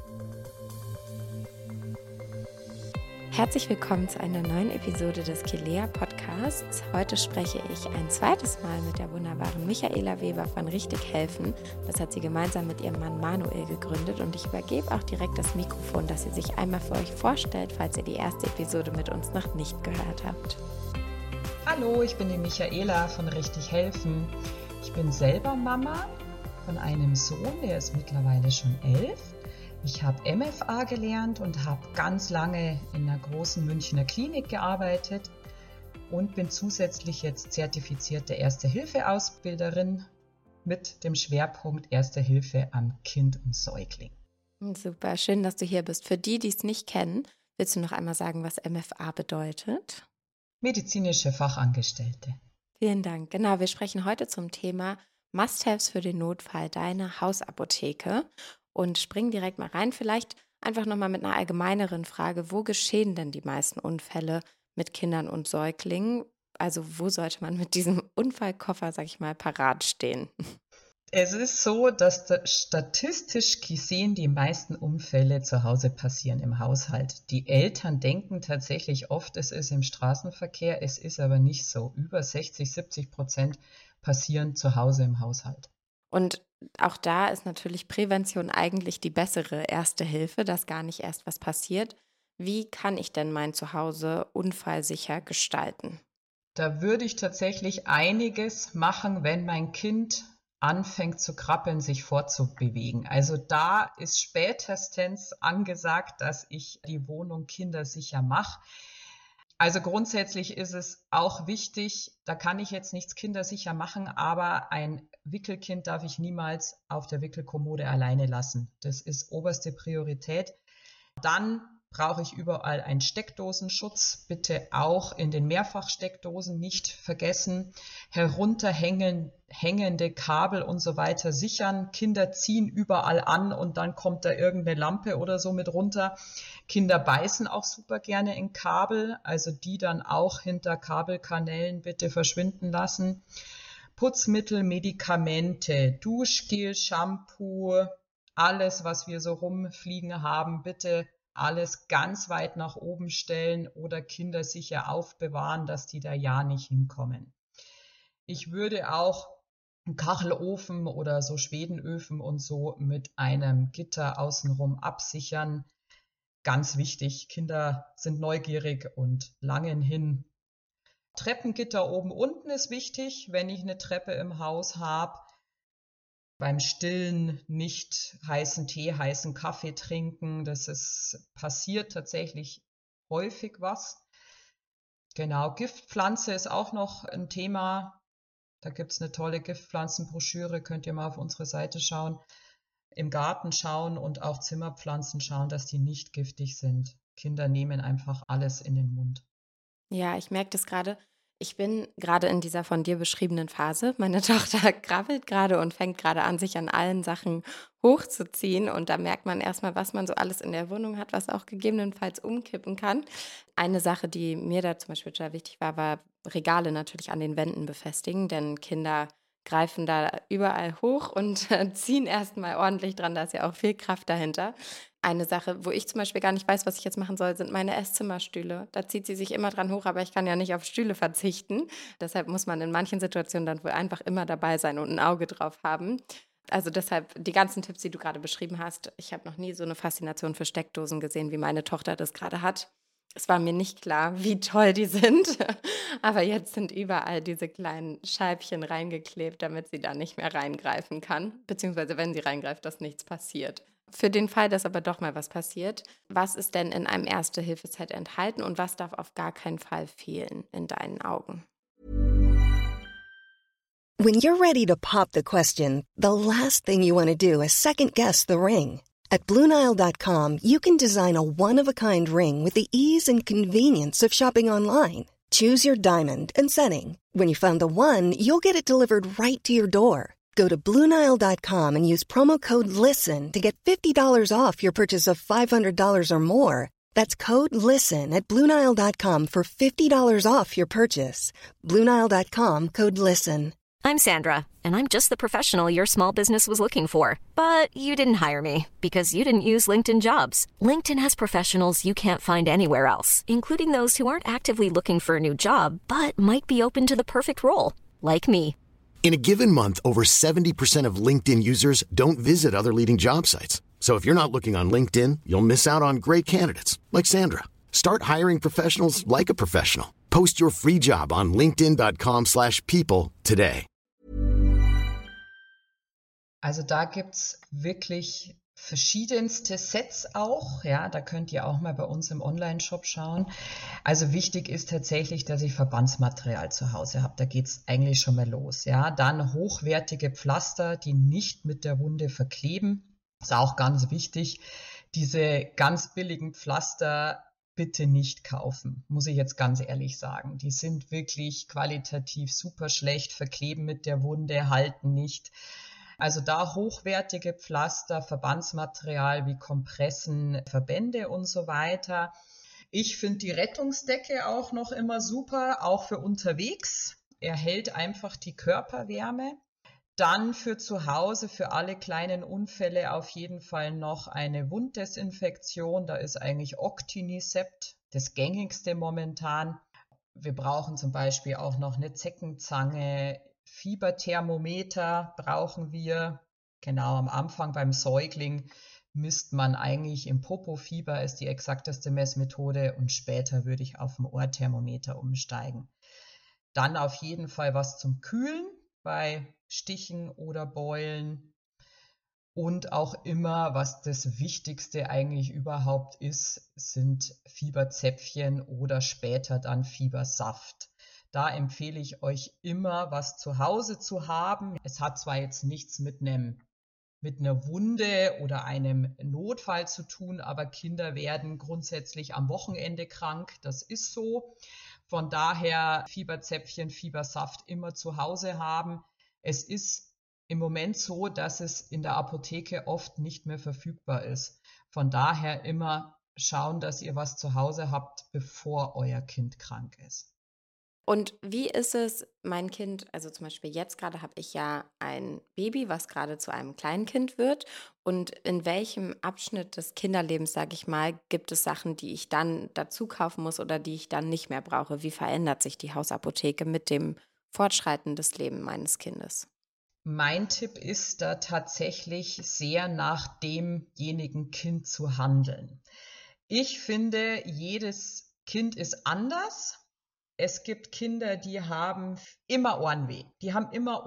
Herzlich willkommen zu einer neuen Episode des Kilea Podcasts. Heute spreche ich ein zweites Mal mit der wunderbaren Michaela Weber von Richtig Helfen. Das hat sie gemeinsam mit ihrem Mann Manuel gegründet und ich übergebe auch direkt das Mikrofon, dass sie sich einmal für euch vorstellt, falls ihr die erste Episode mit uns noch nicht gehört habt. Hallo, ich bin die Michaela von Richtig Helfen. Ich bin selber Mama von einem Sohn, der ist mittlerweile schon 11. Ich habe MFA gelernt und habe ganz lange in einer großen Münchner Klinik gearbeitet und bin zusätzlich jetzt zertifizierte Erste-Hilfe-Ausbilderin mit dem Schwerpunkt Erste Hilfe am Kind und Säugling. Super, schön, dass du hier bist. Für die, die es nicht kennen, willst du noch einmal sagen, was MFA bedeutet? Medizinische Fachangestellte. Vielen Dank. Genau, wir sprechen heute zum Thema Must-Haves für den Notfall, deine Hausapotheke. Und springen direkt mal rein. Vielleicht einfach nochmal mit einer allgemeineren Frage. Wo geschehen denn die meisten Unfälle mit Kindern und Säuglingen? Also wo sollte man mit diesem Unfallkoffer, sag ich mal, parat stehen? Es ist so, dass statistisch gesehen die meisten Unfälle zu Hause passieren im Haushalt. Die Eltern denken tatsächlich oft, es ist im Straßenverkehr. Es ist aber nicht so. Über 60-70% passieren zu Hause im Haushalt. Und auch da ist natürlich Prävention eigentlich die bessere Erste Hilfe, dass gar nicht erst was passiert. Wie kann ich denn mein Zuhause unfallsicher gestalten? Da würde ich tatsächlich einiges machen, wenn mein Kind anfängt zu krabbeln, sich fortzubewegen. Also da ist spätestens angesagt, dass ich die Wohnung kindersicher mache. Also grundsätzlich ist es auch wichtig, da kann ich jetzt nichts kindersicher machen, aber ein Wickelkind darf ich niemals auf der Wickelkommode alleine lassen. Das ist oberste Priorität. Dann brauche ich überall einen Steckdosenschutz, bitte auch in den Mehrfachsteckdosen nicht vergessen. Herunterhängende Kabel und so weiter sichern. Kinder ziehen überall an und dann kommt da irgendeine Lampe oder so mit runter. Kinder beißen auch super gerne in Kabel, also die dann auch hinter Kabelkanälen bitte verschwinden lassen. Putzmittel, Medikamente, Duschgel, Shampoo, alles, was wir so rumfliegen haben, bitte alles ganz weit nach oben stellen oder Kinder sicher aufbewahren, dass die da ja nicht hinkommen. Ich würde auch einen Kachelofen oder so Schwedenöfen und so mit einem Gitter außenrum absichern. Ganz wichtig, Kinder sind neugierig und langen hin. Treppengitter oben unten ist wichtig, wenn ich eine Treppe im Haus habe. Beim Stillen nicht heißen Tee, heißen Kaffee trinken. Passiert tatsächlich häufig was. Genau, Giftpflanze ist auch noch ein Thema. Da gibt es eine tolle Giftpflanzenbroschüre, könnt ihr mal auf unsere Seite schauen. Im Garten schauen und auch Zimmerpflanzen schauen, dass die nicht giftig sind. Kinder nehmen einfach alles in den Mund. Ja, ich merke das gerade. Ich bin gerade in dieser von dir beschriebenen Phase. Meine Tochter krabbelt gerade und fängt gerade an, sich an allen Sachen hochzuziehen. Und da merkt man erstmal, was man so alles in der Wohnung hat, was auch gegebenenfalls umkippen kann. Eine Sache, die mir da zum Beispiel total wichtig war, war Regale natürlich an den Wänden befestigen, denn Kinder greifen da überall hoch und ziehen erstmal ordentlich dran. Da ist ja auch viel Kraft dahinter. Eine Sache, wo ich zum Beispiel gar nicht weiß, was ich jetzt machen soll, sind meine Esszimmerstühle. Da zieht sie sich immer dran hoch, aber ich kann ja nicht auf Stühle verzichten. Deshalb muss man in manchen Situationen dann wohl einfach immer dabei sein und ein Auge drauf haben. Also deshalb die ganzen Tipps, die du gerade beschrieben hast. Ich habe noch nie so eine Faszination für Steckdosen gesehen, wie meine Tochter das gerade hat. Es war mir nicht klar, wie toll die sind, aber jetzt sind überall diese kleinen Scheibchen reingeklebt, damit sie da nicht mehr reingreifen kann, beziehungsweise wenn sie reingreift, dass nichts passiert. Für den Fall, dass aber doch mal was passiert, was ist denn in einem Erste-Hilfe-Set enthalten und was darf auf gar keinen Fall fehlen in deinen Augen? When you're ready to pop the question, the last thing you want to do is second-guess the ring. At BlueNile.com, you can design a one-of-a-kind ring with the ease and convenience of shopping online. Choose your diamond and setting. When you find the one, you'll get it delivered right to your door. Go to BlueNile.com and use promo code LISTEN to get $50 off your purchase of $500 or more. That's code LISTEN at BlueNile.com for $50 off your purchase. BlueNile.com, code LISTEN. I'm Sandra, and I'm just the professional your small business was looking for. But you didn't hire me because you didn't use LinkedIn Jobs. LinkedIn has professionals you can't find anywhere else, including those who aren't actively looking for a new job, but might be open to the perfect role, like me. In a given month, over 70% of LinkedIn users don't visit other leading job sites. So if you're not looking on LinkedIn, you'll miss out on great candidates like Sandra. Start hiring professionals like a professional. Post your free job on linkedin.com/people today. Also da gibt's wirklich verschiedenste Sets auch. Ja, da könnt ihr auch mal bei uns im Online-Shop schauen. Also wichtig ist tatsächlich, dass ich Verbandsmaterial zu Hause habe. Da geht's eigentlich schon mal los. Ja, dann hochwertige Pflaster, die nicht mit der Wunde verkleben. Ist auch ganz wichtig. Diese ganz billigen Pflaster bitte nicht kaufen, muss ich jetzt ganz ehrlich sagen. Die sind wirklich qualitativ super schlecht, verkleben mit der Wunde, halten nicht. Also da hochwertige Pflaster, Verbandsmaterial wie Kompressen, Verbände und so weiter. Ich finde die Rettungsdecke auch noch immer super, auch für unterwegs. Erhält einfach die Körperwärme. Dann für zu Hause, für alle kleinen Unfälle auf jeden Fall noch eine Wunddesinfektion. Da ist eigentlich Octinisept das gängigste momentan. Wir brauchen zum Beispiel auch noch eine Zeckenzange. Fieberthermometer brauchen wir. Genau am Anfang beim Säugling misst man eigentlich im Popofieber, ist die exakteste Messmethode, und später würde ich auf ein Ohrthermometer umsteigen. Dann auf jeden Fall was zum Kühlen bei Stichen oder Beulen, und auch immer, was das Wichtigste eigentlich überhaupt ist, sind Fieberzäpfchen oder später dann Fiebersaft. Da empfehle ich euch immer, was zu Hause zu haben. Es hat zwar jetzt nichts mit einer Wunde oder einem Notfall zu tun, aber Kinder werden grundsätzlich am Wochenende krank. Das ist so. Von daher Fieberzäpfchen, Fiebersaft immer zu Hause haben. Es ist im Moment so, dass es in der Apotheke oft nicht mehr verfügbar ist. Von daher immer schauen, dass ihr was zu Hause habt, bevor euer Kind krank ist. Und wie ist es, mein Kind, also zum Beispiel jetzt gerade habe ich ja ein Baby, was gerade zu einem Kleinkind wird. Und in welchem Abschnitt des Kinderlebens, sage ich mal, gibt es Sachen, die ich dann dazu kaufen muss oder die ich dann nicht mehr brauche? Wie verändert sich die Hausapotheke mit dem Fortschreiten des Lebens meines Kindes? Mein Tipp ist da tatsächlich sehr nach demjenigen Kind zu handeln. Ich finde, jedes Kind ist anders. Es gibt Kinder, die haben immer Ohrenweh. Die haben immer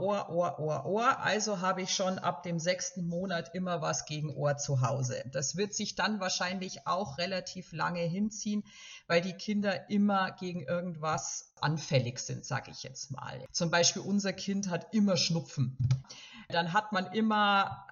Ohr. Also habe ich schon ab dem 6. Monat immer was gegen Ohr zu Hause. Das wird sich dann wahrscheinlich auch relativ lange hinziehen, weil die Kinder immer gegen irgendwas anfällig sind, sage ich jetzt mal. Zum Beispiel unser Kind hat immer Schnupfen. Dann hat man immer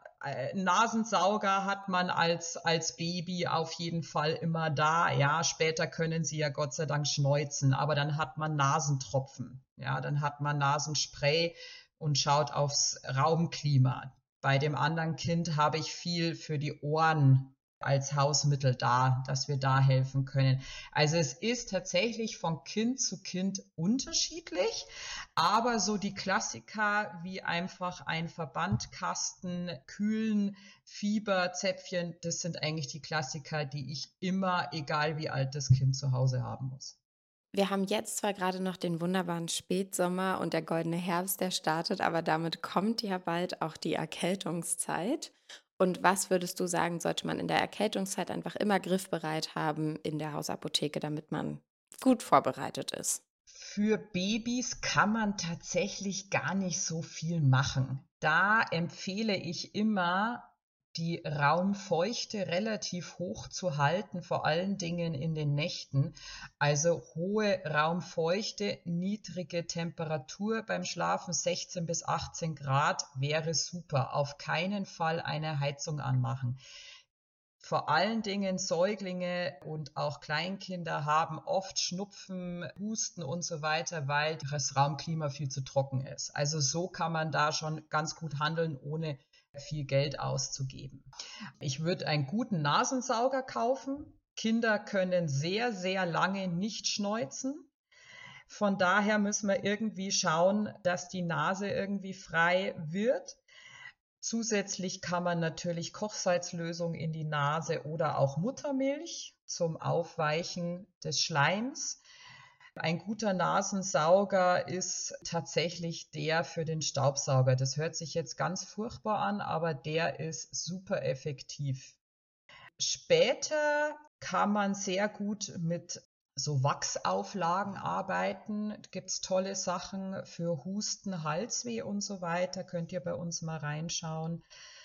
Nasensauger hat man als Baby auf jeden Fall immer da. Ja, später können sie ja Gott sei Dank schneuzen, aber dann hat man Nasentropfen. Ja, dann hat man Nasenspray und schaut aufs Raumklima. Bei dem anderen Kind habe ich viel für die Ohren als Hausmittel da, dass wir da helfen können. Also es ist tatsächlich von Kind zu Kind unterschiedlich, aber so die Klassiker wie einfach ein Verbandkasten, Kühlen, Fieberzäpfchen, das sind eigentlich die Klassiker, die ich immer, egal wie alt das Kind, zu Hause haben muss. Wir haben jetzt zwar gerade noch den wunderbaren Spätsommer und der goldene Herbst, der startet, aber damit kommt ja bald auch die Erkältungszeit. Und was würdest du sagen, sollte man in der Erkältungszeit einfach immer griffbereit haben in der Hausapotheke, damit man gut vorbereitet ist? Für Babys kann man tatsächlich gar nicht so viel machen. Da empfehle ich immer, die Raumfeuchte relativ hoch zu halten, vor allen Dingen in den Nächten. Also hohe Raumfeuchte, niedrige Temperatur beim Schlafen, 16 bis 18 Grad wäre super. Auf keinen Fall eine Heizung anmachen. Vor allen Dingen Säuglinge und auch Kleinkinder haben oft Schnupfen, Husten und so weiter, weil das Raumklima viel zu trocken ist. Also so kann man da schon ganz gut handeln, ohne viel Geld auszugeben. Ich würde einen guten Nasensauger kaufen. Kinder können sehr, sehr lange nicht schneuzen. Von daher müssen wir irgendwie schauen, dass die Nase irgendwie frei wird. Zusätzlich kann man natürlich Kochsalzlösung in die Nase oder auch Muttermilch zum Aufweichen des Schleims. Ein guter Nasensauger ist tatsächlich der für den Staubsauger. Das hört sich jetzt ganz furchtbar an, aber der ist super effektiv. Später kann man sehr gut mit so Wachsauflagen arbeiten. Da gibt es tolle Sachen für Husten, Halsweh und so weiter. Könnt ihr bei uns mal reinschauen.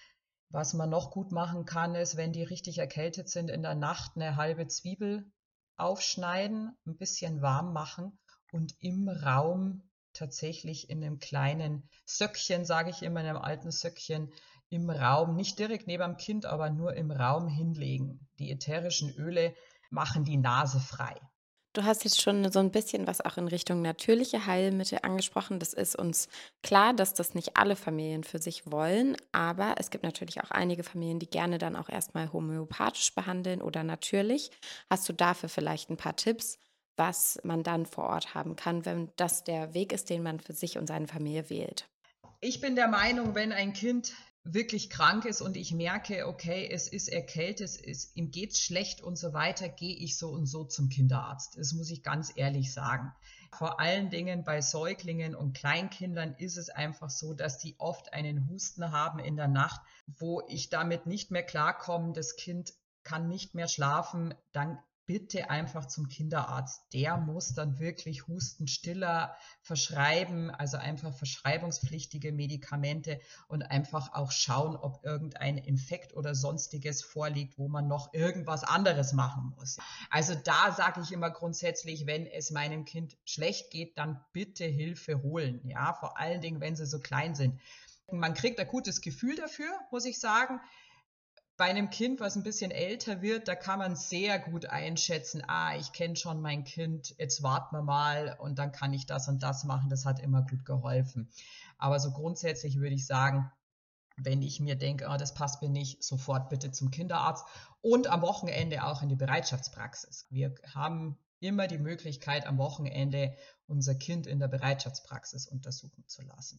Was man noch gut machen kann, ist, wenn die richtig erkältet sind, in der Nacht eine halbe Zwiebel aufschneiden, ein bisschen warm machen und im Raum tatsächlich in einem kleinen Söckchen, sage ich immer, in einem alten Söckchen, im Raum, nicht direkt neben dem Kind, aber nur im Raum hinlegen. Die ätherischen Öle machen die Nase frei. Du hast jetzt schon so ein bisschen was auch in Richtung natürliche Heilmittel angesprochen. Das ist uns klar, dass das nicht alle Familien für sich wollen, aber es gibt natürlich auch einige Familien, die gerne dann auch erstmal homöopathisch behandeln oder natürlich. Hast du dafür vielleicht ein paar Tipps, was man dann vor Ort haben kann, wenn das der Weg ist, den man für sich und seine Familie wählt? Ich bin der Meinung, wenn ein Kind wirklich krank ist und ich merke, okay, es ist erkältet, ihm geht's schlecht und so weiter, gehe ich so und so zum Kinderarzt. Das muss ich ganz ehrlich sagen. Vor allen Dingen bei Säuglingen und Kleinkindern ist es einfach so, dass die oft einen Husten haben in der Nacht, wo ich damit nicht mehr klarkomme, das Kind kann nicht mehr schlafen, dann bitte einfach zum Kinderarzt. Der muss dann wirklich Hustenstiller verschreiben, also einfach verschreibungspflichtige Medikamente und einfach auch schauen, ob irgendein Infekt oder sonstiges vorliegt, wo man noch irgendwas anderes machen muss. Also da sage ich immer grundsätzlich, wenn es meinem Kind schlecht geht, dann bitte Hilfe holen. Ja, vor allen Dingen, wenn sie so klein sind. Man kriegt ein gutes Gefühl dafür, muss ich sagen. Bei einem Kind, was ein bisschen älter wird, da kann man sehr gut einschätzen, ich kenne schon mein Kind, jetzt warten wir mal und dann kann ich das und das machen. Das hat immer gut geholfen. Aber so grundsätzlich würde ich sagen, wenn ich mir denke, das passt mir nicht, sofort bitte zum Kinderarzt und am Wochenende auch in die Bereitschaftspraxis. Wir haben immer die Möglichkeit, am Wochenende unser Kind in der Bereitschaftspraxis untersuchen zu lassen.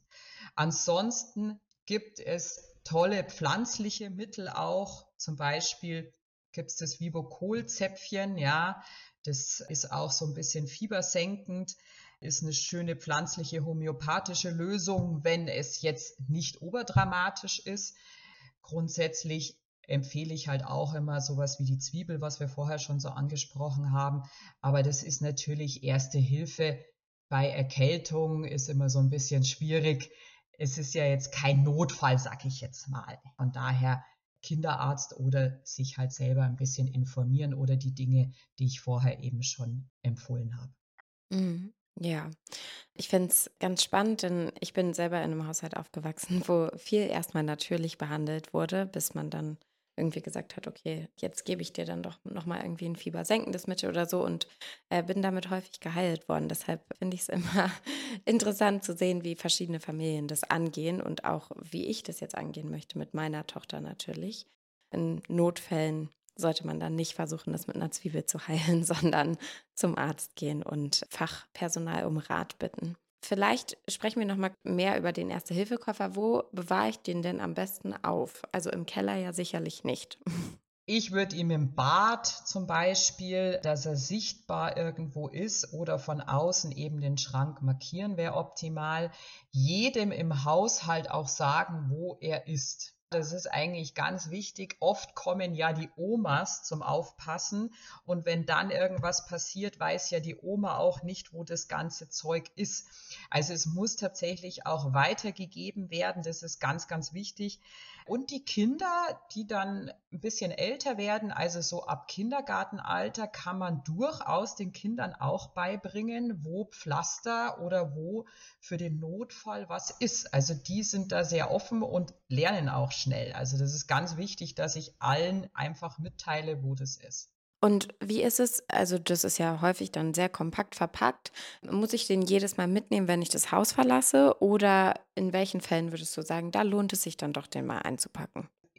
Ansonsten gibt es tolle pflanzliche Mittel auch. Zum Beispiel gibt es das Vibocol-Zäpfchen, ja, das ist auch so ein bisschen fiebersenkend, ist eine schöne pflanzliche homöopathische Lösung, wenn es jetzt nicht oberdramatisch ist. Grundsätzlich empfehle ich halt auch immer sowas wie die Zwiebel, was wir vorher schon so angesprochen haben. Aber das ist natürlich erste Hilfe. Bei Erkältung ist immer so ein bisschen schwierig. Es ist ja jetzt kein Notfall, sag ich jetzt mal. Von daher Kinderarzt oder sich halt selber ein bisschen informieren oder die Dinge, die ich vorher eben schon empfohlen habe. Mhm. Ja, ich finde es ganz spannend, denn ich bin selber in einem Haushalt aufgewachsen, wo viel erstmal natürlich behandelt wurde, bis man dann irgendwie gesagt hat, okay, jetzt gebe ich dir dann doch nochmal irgendwie ein fiebersenkendes Mittel oder so und bin damit häufig geheilt worden. Deshalb finde ich es immer interessant zu sehen, wie verschiedene Familien das angehen und auch wie ich das jetzt angehen möchte mit meiner Tochter natürlich. In Notfällen sollte man dann nicht versuchen, das mit einer Zwiebel zu heilen, sondern zum Arzt gehen und Fachpersonal um Rat bitten. Vielleicht sprechen wir noch mal mehr über den Erste-Hilfe-Koffer. Wo bewahre ich den denn am besten auf? Also im Keller ja sicherlich nicht. Ich würde ihm im Bad zum Beispiel, dass er sichtbar irgendwo ist oder von außen eben den Schrank markieren, wäre optimal. Jedem im Haushalt auch sagen, wo er ist. Das ist eigentlich ganz wichtig. Oft kommen ja die Omas zum Aufpassen und wenn dann irgendwas passiert, weiß ja die Oma auch nicht, wo das ganze Zeug ist. Also es muss tatsächlich auch weitergegeben werden. Das ist ganz, ganz wichtig. Und die Kinder, die dann ein bisschen älter werden, also so ab Kindergartenalter, kann man durchaus den Kindern auch beibringen, wo Pflaster oder wo für den Notfall was ist. Also die sind da sehr offen und lernen auch schnell. Also das ist ganz wichtig, dass ich allen einfach mitteile, wo das ist. Und wie ist es? Also das ist ja häufig dann sehr kompakt verpackt. Muss ich den jedes Mal mitnehmen, wenn ich das Haus verlasse? Oder in welchen Fällen würdest du sagen, da lohnt es sich dann doch, den mal einzupacken?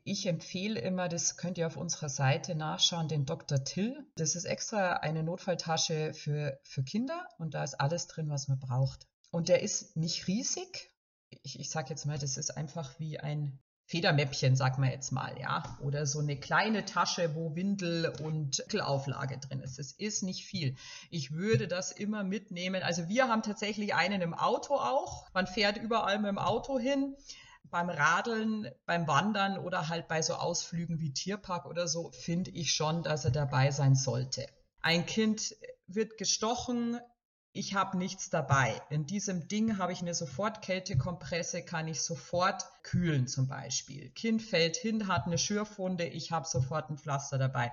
Ich empfehle immer, das könnt ihr auf unserer Seite nachschauen, den Dr. Till. Das ist extra eine Notfalltasche für Kinder und da ist alles drin, was man braucht. Und der ist nicht riesig. Ich sage jetzt mal, das ist einfach wie ein Federmäppchen, sagt man jetzt mal, ja. Oder so eine kleine Tasche, wo Windel und Wickelauflage drin ist. Es ist nicht viel. Ich würde das immer mitnehmen. Also wir haben tatsächlich einen im Auto auch. Man fährt überall mit dem Auto hin. Beim Radeln, beim Wandern oder halt bei so Ausflügen wie Tierpark oder so, finde ich schon, dass er dabei sein sollte. Ein Kind wird gestochen, ich habe nichts dabei. In diesem Ding habe ich eine Sofortkältekompresse, kann ich sofort kühlen zum Beispiel. Kind fällt hin, hat eine Schürfwunde, ich habe sofort ein Pflaster dabei.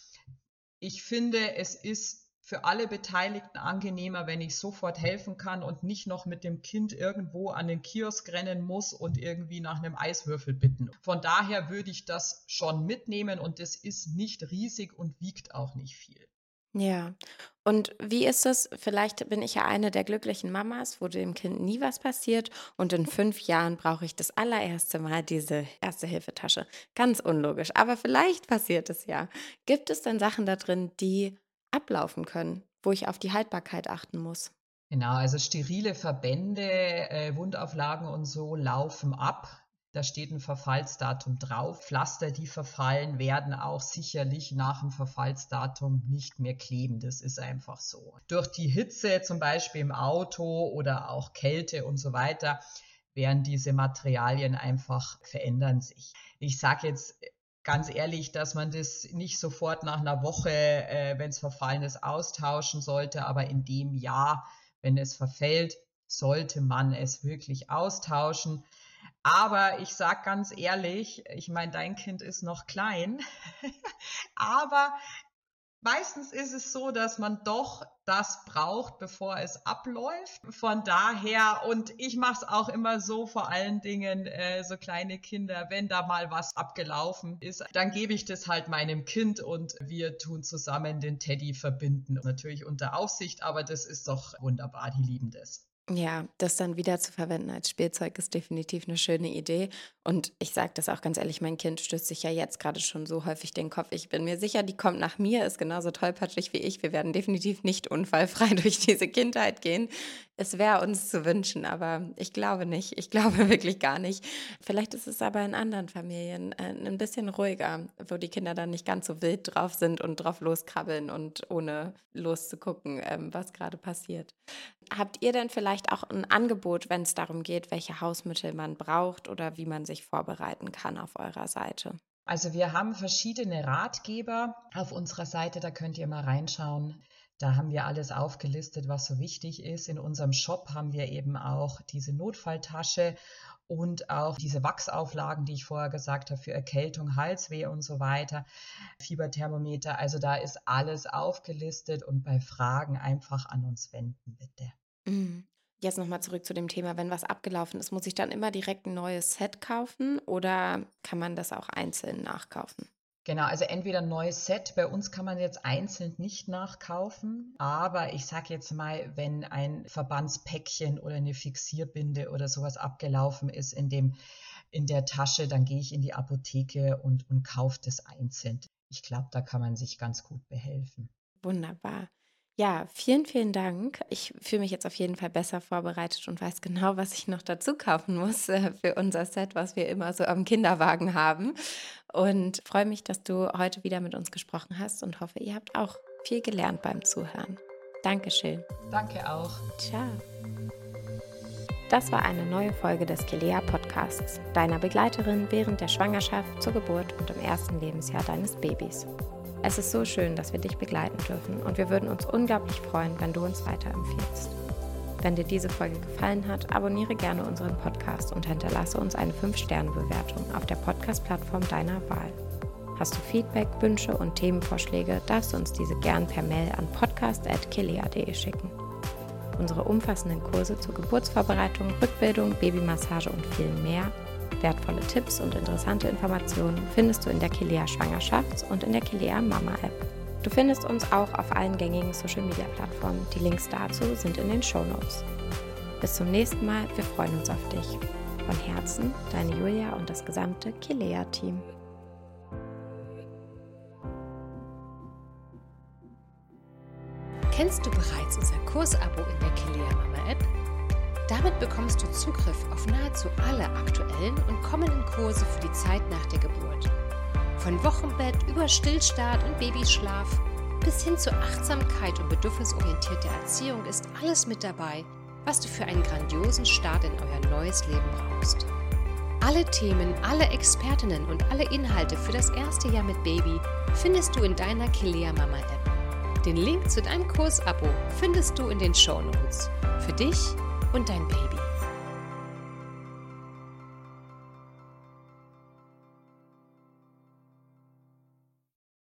Ich finde, es ist für alle Beteiligten angenehmer, wenn ich sofort helfen kann und nicht noch mit dem Kind irgendwo an den Kiosk rennen muss und irgendwie nach einem Eiswürfel bitten. Von daher würde ich das schon mitnehmen und es ist nicht riesig und wiegt auch nicht viel. Ja. Und wie ist es? Vielleicht bin ich ja eine der glücklichen Mamas, wo dem Kind nie was passiert und in 5 Jahren brauche ich das allererste Mal diese Erste-Hilfe-Tasche. Ganz unlogisch, aber vielleicht passiert es ja. Gibt es denn Sachen da drin, die ablaufen können, wo ich auf die Haltbarkeit achten muss? Genau, also sterile Verbände, Wundauflagen und so laufen ab. Da steht ein Verfallsdatum drauf. Pflaster, die verfallen, werden auch sicherlich nach dem Verfallsdatum nicht mehr kleben. Das ist einfach so. Durch die Hitze, zum Beispiel im Auto oder auch Kälte und so weiter, werden diese Materialien einfach, verändern sich. Ich sage jetzt ganz ehrlich, dass man das nicht sofort nach einer Woche, wenn es verfallen ist, austauschen sollte, aber in dem Jahr, wenn es verfällt, sollte man es wirklich austauschen. Aber ich sage ganz ehrlich, ich meine, dein Kind ist noch klein, aber meistens ist es so, dass man doch das braucht, bevor es abläuft. Von daher, und ich mache es auch immer so, vor allen Dingen so kleine Kinder, wenn da mal was abgelaufen ist, dann gebe ich das halt meinem Kind und wir tun zusammen den Teddy verbinden. Natürlich unter Aufsicht, aber das ist doch wunderbar, die lieben das. Ja, das dann wieder zu verwenden als Spielzeug ist definitiv eine schöne Idee. Und ich sage das auch ganz ehrlich, mein Kind stößt sich ja jetzt gerade schon so häufig den Kopf. Ich bin mir sicher, die kommt nach mir, ist genauso tollpatschig wie ich. Wir werden definitiv nicht unfallfrei durch diese Kindheit gehen. Es wäre uns zu wünschen, aber ich glaube nicht. Ich glaube wirklich gar nicht. Vielleicht ist es aber in anderen Familien ein bisschen ruhiger, wo die Kinder dann nicht ganz so wild drauf sind und drauf loskrabbeln und ohne loszugucken, was gerade passiert. Habt ihr denn vielleicht auch ein Angebot, wenn es darum geht, welche Hausmittel man braucht oder wie man sich vorbereiten kann auf eurer Seite? Also wir haben verschiedene Ratgeber auf unserer Seite, da könnt ihr mal reinschauen. Da haben wir alles aufgelistet, was so wichtig ist. In unserem Shop haben wir eben auch diese Notfalltasche und auch diese Wachsauflagen, die ich vorher gesagt habe, für Erkältung, Halsweh und so weiter, Fieberthermometer. Also da ist alles aufgelistet und bei Fragen einfach an uns wenden, bitte. Mhm. Jetzt nochmal zurück zu dem Thema, wenn was abgelaufen ist, muss ich dann immer direkt ein neues Set kaufen oder kann man das auch einzeln nachkaufen? Genau, also entweder ein neues Set, bei uns kann man jetzt einzeln nicht nachkaufen, aber ich sage jetzt mal, wenn ein Verbandspäckchen oder eine Fixierbinde oder sowas abgelaufen ist in der Tasche, dann gehe ich in die Apotheke und kaufe das einzeln. Ich glaube, da kann man sich ganz gut behelfen. Wunderbar. Ja, vielen, vielen Dank. Ich fühle mich jetzt auf jeden Fall besser vorbereitet und weiß genau, was ich noch dazu kaufen muss für unser Set, was wir immer so am Kinderwagen haben. Und freue mich, dass du heute wieder mit uns gesprochen hast und hoffe, ihr habt auch viel gelernt beim Zuhören. Dankeschön. Danke auch. Ciao. Das war eine neue Folge des Kilea Podcasts, deiner Begleiterin während der Schwangerschaft, zur Geburt und im ersten Lebensjahr deines Babys. Es ist so schön, dass wir dich begleiten dürfen und wir würden uns unglaublich freuen, wenn du uns weiterempfiehlst. Wenn dir diese Folge gefallen hat, abonniere gerne unseren Podcast und hinterlasse uns eine 5-Sterne-Bewertung auf der Podcast-Plattform deiner Wahl. Hast du Feedback, Wünsche und Themenvorschläge, darfst du uns diese gern per Mail an podcast@kilea.de schicken. Unsere umfassenden Kurse zur Geburtsvorbereitung, Rückbildung, Babymassage und viel mehr, wertvolle Tipps und interessante Informationen findest du in der Kilea Schwangerschafts- und in der Kilea Mama App. Du findest uns auch auf allen gängigen Social-Media-Plattformen. Die Links dazu sind in den Shownotes. Bis zum nächsten Mal, wir freuen uns auf dich. Von Herzen, deine Julia und das gesamte Kilea-Team. Kennst du bereits unser Kursabo in der Kilea Mama App? Damit bekommst du Zugriff auf nahezu alle aktuellen und kommenden Kurse für die Zeit nach der Geburt. Von Wochenbett über Stillstart und Babyschlaf bis hin zur Achtsamkeit und bedürfnisorientierter Erziehung ist alles mit dabei, was du für einen grandiosen Start in euer neues Leben brauchst. Alle Themen, alle Expertinnen und alle Inhalte für das erste Jahr mit Baby findest du in deiner Kilea Mama App. Den Link zu deinem Kursabo findest du in den Shownotes. Für dich und dein Baby.